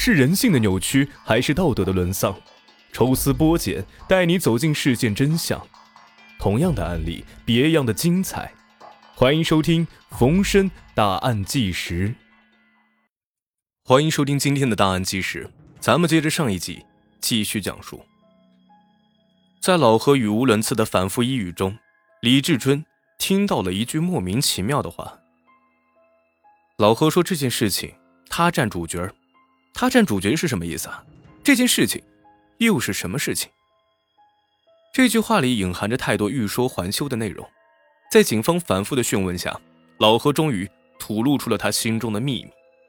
是人性的扭曲，还是道德的沦丧？抽丝剥茧，带你走进事件真相。同样的案例，别样的精彩。欢迎收听冯生大案纪实。欢迎收听今天的大案纪实，咱们接着上一集继续讲述。在老何语无伦次的反复呓语中，李志春听到了一句莫名其妙的话。老何说这件事情他占主角，他占主角是什么意思啊？这件事情又是什么事情？这句话里隐含着太多欲说还休的内容，在警方反复的讯问下，老何终于吐露出了他心中的秘密。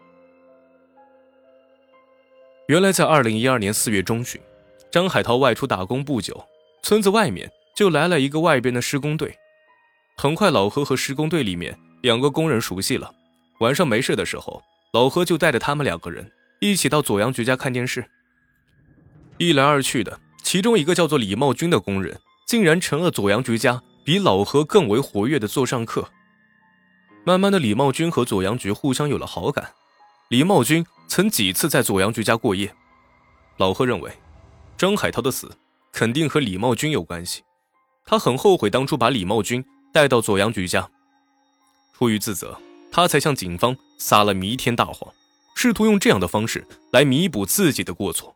原来在2012年4月中旬，张海涛外出打工不久，村子外面就来了一个外边的施工队。很快老何和施工队里面2个工人熟悉了，晚上没事的时候，老何就带着他们2个人一起到左阳局家看电视。一来二去的，其中一个叫做李茂军的工人竟然成了左阳局家比老何更为活跃的座上客。慢慢的，李茂军和左阳局互相有了好感。李茂军曾几次在左阳局家过夜。老何认为张海涛的死肯定和李茂军有关系，他很后悔当初把李茂军带到左阳局家。出于自责，他才向警方撒了弥天大谎，试图用这样的方式来弥补自己的过错。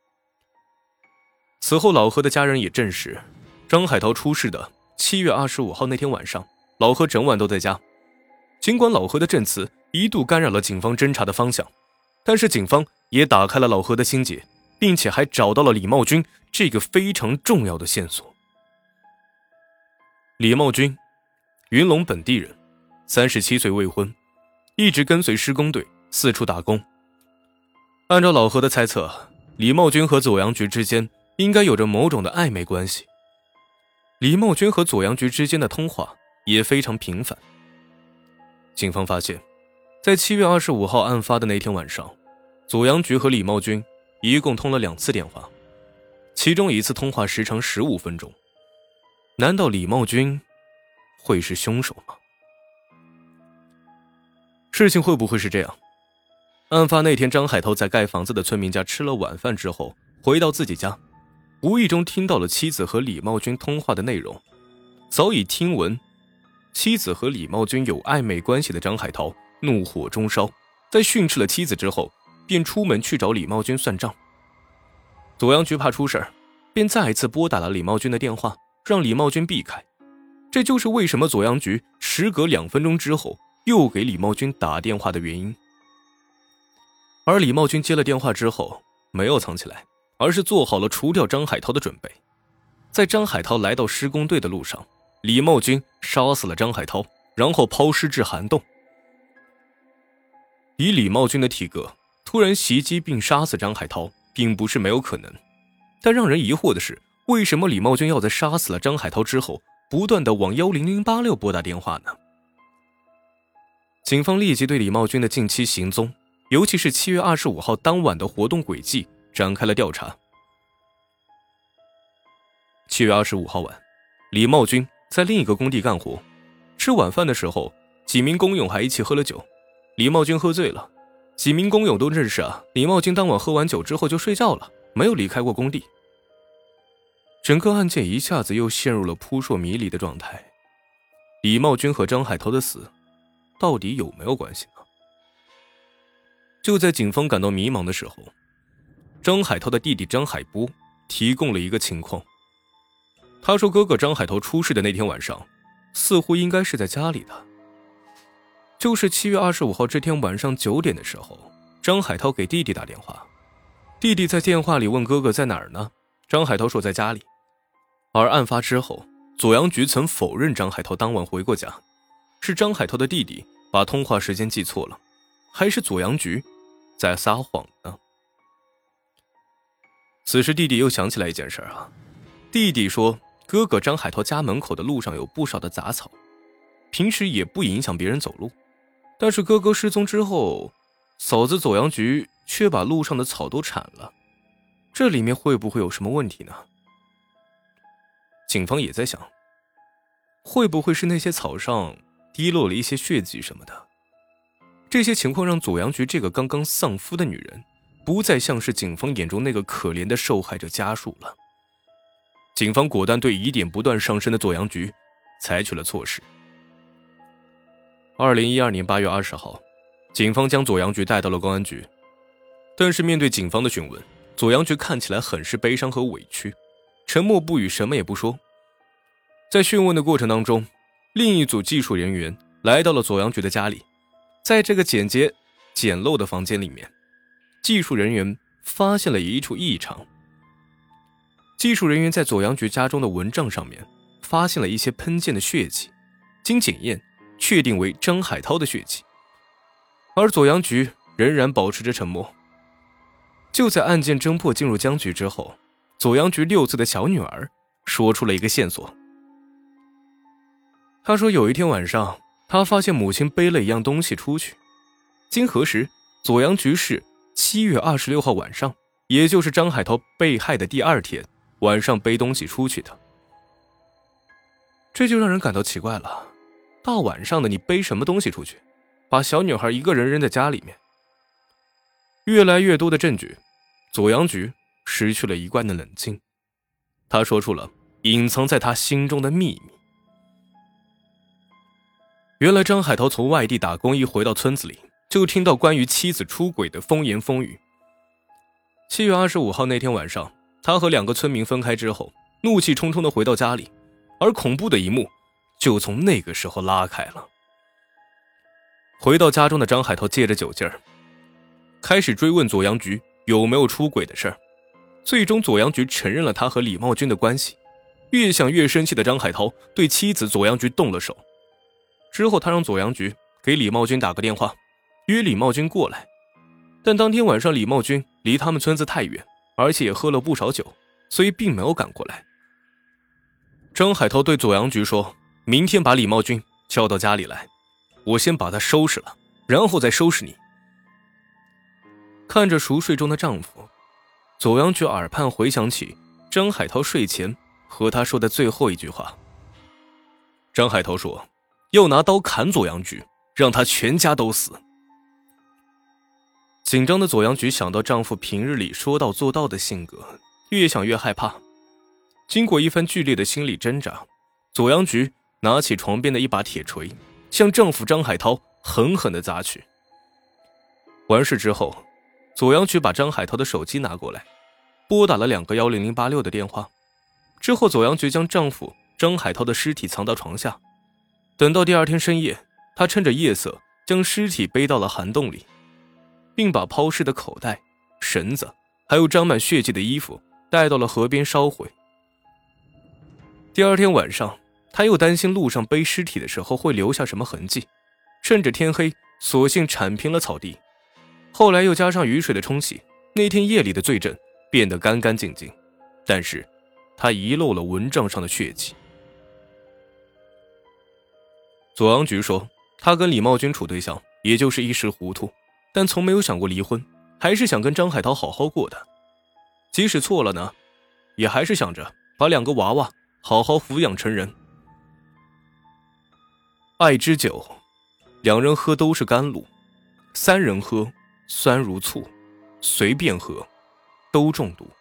此后老何的家人也证实，张海涛出事的7月25号那天晚上，老何整晚都在家。尽管老何的证词一度干扰了警方侦查的方向，但是警方也打开了老何的心结，并且还找到了李茂军这个非常重要的线索。李茂军，云龙本地人，37岁未婚，一直跟随施工队四处打工。按照老何的猜测，李茂军和左阳局之间应该有着某种的暧昧关系。李茂军和左阳局之间的通话也非常频繁。警方发现，在7月25号案发的那天晚上，左阳局和李茂军一共通了2次电话，其中一次通话时长15分钟。难道李茂军会是凶手吗？事情会不会是这样？案发那天，张海涛在盖房子的村民家吃了晚饭之后，回到自己家，无意中听到了妻子和李茂军通话的内容。早已听闻妻子和李茂军有暧昧关系的张海涛怒火中烧，在训斥了妻子之后，便出门去找李茂军算账。左阳局怕出事，便再一次拨打了李茂军的电话，让李茂军避开。这就是为什么左阳局时隔2分钟之后又给李茂军打电话的原因。而李茂军接了电话之后，没有藏起来，而是做好了除掉张海涛的准备。在张海涛来到施工队的路上，李茂军杀死了张海涛，然后抛尸至涵洞。以李茂军的体格，突然袭击并杀死张海涛并不是没有可能，但让人疑惑的是，为什么李茂军要在杀死了张海涛之后不断地往10086拨打电话呢？警方立即对李茂军的近期行踪，尤其是7月25号当晚的活动轨迹展开了调查。7月25号晚，李茂军在另一个工地干活，吃晚饭的时候，几名工友还一起喝了酒。李茂军喝醉了，几名工友都认识李茂军当晚喝完酒之后就睡觉了，没有离开过工地。整个案件一下子又陷入了扑朔迷离的状态。李茂军和张海涛的死到底有没有关系呢？就在警方感到迷茫的时候，张海涛的弟弟张海波提供了一个情况。他说哥哥张海涛出事的那天晚上，似乎应该是在家里的。就是7月25号这天晚上9点的时候，张海涛给弟弟打电话，弟弟在电话里问哥哥在哪儿呢？张海涛说在家里。而案发之后，左阳局曾否认张海涛当晚回过家，是张海涛的弟弟把通话时间记错了，还是左阳局在撒谎呢？此时弟弟又想起来一件事弟弟说哥哥张海涛家门口的路上有不少的杂草，平时也不影响别人走路，但是哥哥失踪之后，嫂子左阳局却把路上的草都铲了，这里面会不会有什么问题呢？警方也在想，会不会是那些草上滴落了一些血迹什么的？这些情况让左阳局这个刚刚丧夫的女人不再像是警方眼中那个可怜的受害者家属了。警方果断对疑点不断上升的左阳菊采取了措施。2012年8月20号，警方将左阳菊带到了公安局，但是面对警方的询问，左阳菊看起来很是悲伤和委屈，沉默不语，什么也不说。在讯问的过程当中，另一组技术人员来到了左阳菊的家里，在这个简洁简陋的房间里面，技术人员发现了一处异常。技术人员在左阳菊家中的蚊帐上面发现了一些喷溅的血迹，经检验确定为张海涛的血迹，而左阳菊仍然保持着沉默。就在案件侦破进入僵局之后，左阳菊6岁的小女儿说出了一个线索。她说有一天晚上，她发现母亲背了一样东西出去，经核实，左阳菊是7月26号晚上，也就是张海涛被害的第2天晚上背东西出去的。这就让人感到奇怪了，大晚上的你背什么东西出去，把小女孩一个人扔在家里面。越来越多的证据，左阳菊失去了一贯的冷静，他说出了隐藏在他心中的秘密。原来张海涛从外地打工一回到村子里，就听到关于妻子出轨的风言风语。7月25号那天晚上，他和2个村民分开之后，怒气冲冲地回到家里，而恐怖的一幕就从那个时候拉开了。回到家中的张海涛借着酒劲儿，开始追问左阳菊有没有出轨的事儿。最终左阳菊承认了他和李茂军的关系。越想越生气的张海涛对妻子左阳菊动了手。之后他让左阳菊给李茂军打个电话，约李茂军过来。但当天晚上李茂军离他们村子太远，而且也喝了不少酒，所以并没有赶过来。张海涛对左阳菊说，明天把李茂军叫到家里来，我先把他收拾了，然后再收拾你。看着熟睡中的丈夫，左阳菊耳畔回想起张海涛睡前和他说的最后一句话。张海涛说要拿刀砍左阳菊，让他全家都死。紧张的左阳菊想到丈夫平日里说到做到的性格，越想越害怕。经过一番剧烈的心理挣扎，左阳菊拿起床边的一把铁锤，向丈夫张海涛狠狠地砸去。完事之后，左阳菊把张海涛的手机拿过来，拨打了2个10086的电话。之后左阳菊将丈夫张海涛的尸体藏到床下，等到第2天深夜，她趁着夜色将尸体背到了涵洞里，并把抛尸的口袋、绳子还有沾满血迹的衣服带到了河边烧毁。第2天晚上，她又担心路上背尸体的时候会留下什么痕迹，趁着天黑索性铲平了草地。后来又加上雨水的冲洗，那天夜里的罪证变得干干净净，但是她遗漏了蚊帐上的血迹。左阳菊说，她跟李茂军处对象也就是一时糊涂，但从没有想过离婚，还是想跟张海涛好好过的。即使错了呢，也还是想着把2个娃娃好好抚养成人。爱之酒，2人喝都是甘露，3人喝酸如醋，随便喝都中毒。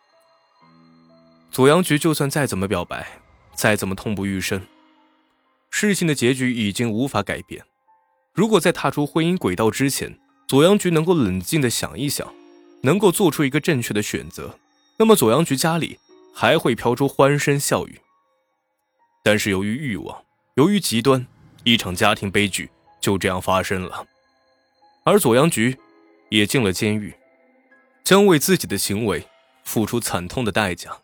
左阳菊就算再怎么表白，再怎么痛不欲生，事情的结局已经无法改变。如果在踏出婚姻轨道之前，左阳菊能够冷静地想一想，能够做出一个正确的选择，那么左阳菊家里还会飘出欢声笑语。但是由于欲望，由于极端，一场家庭悲剧就这样发生了。而左阳菊也进了监狱，将为自己的行为付出惨痛的代价。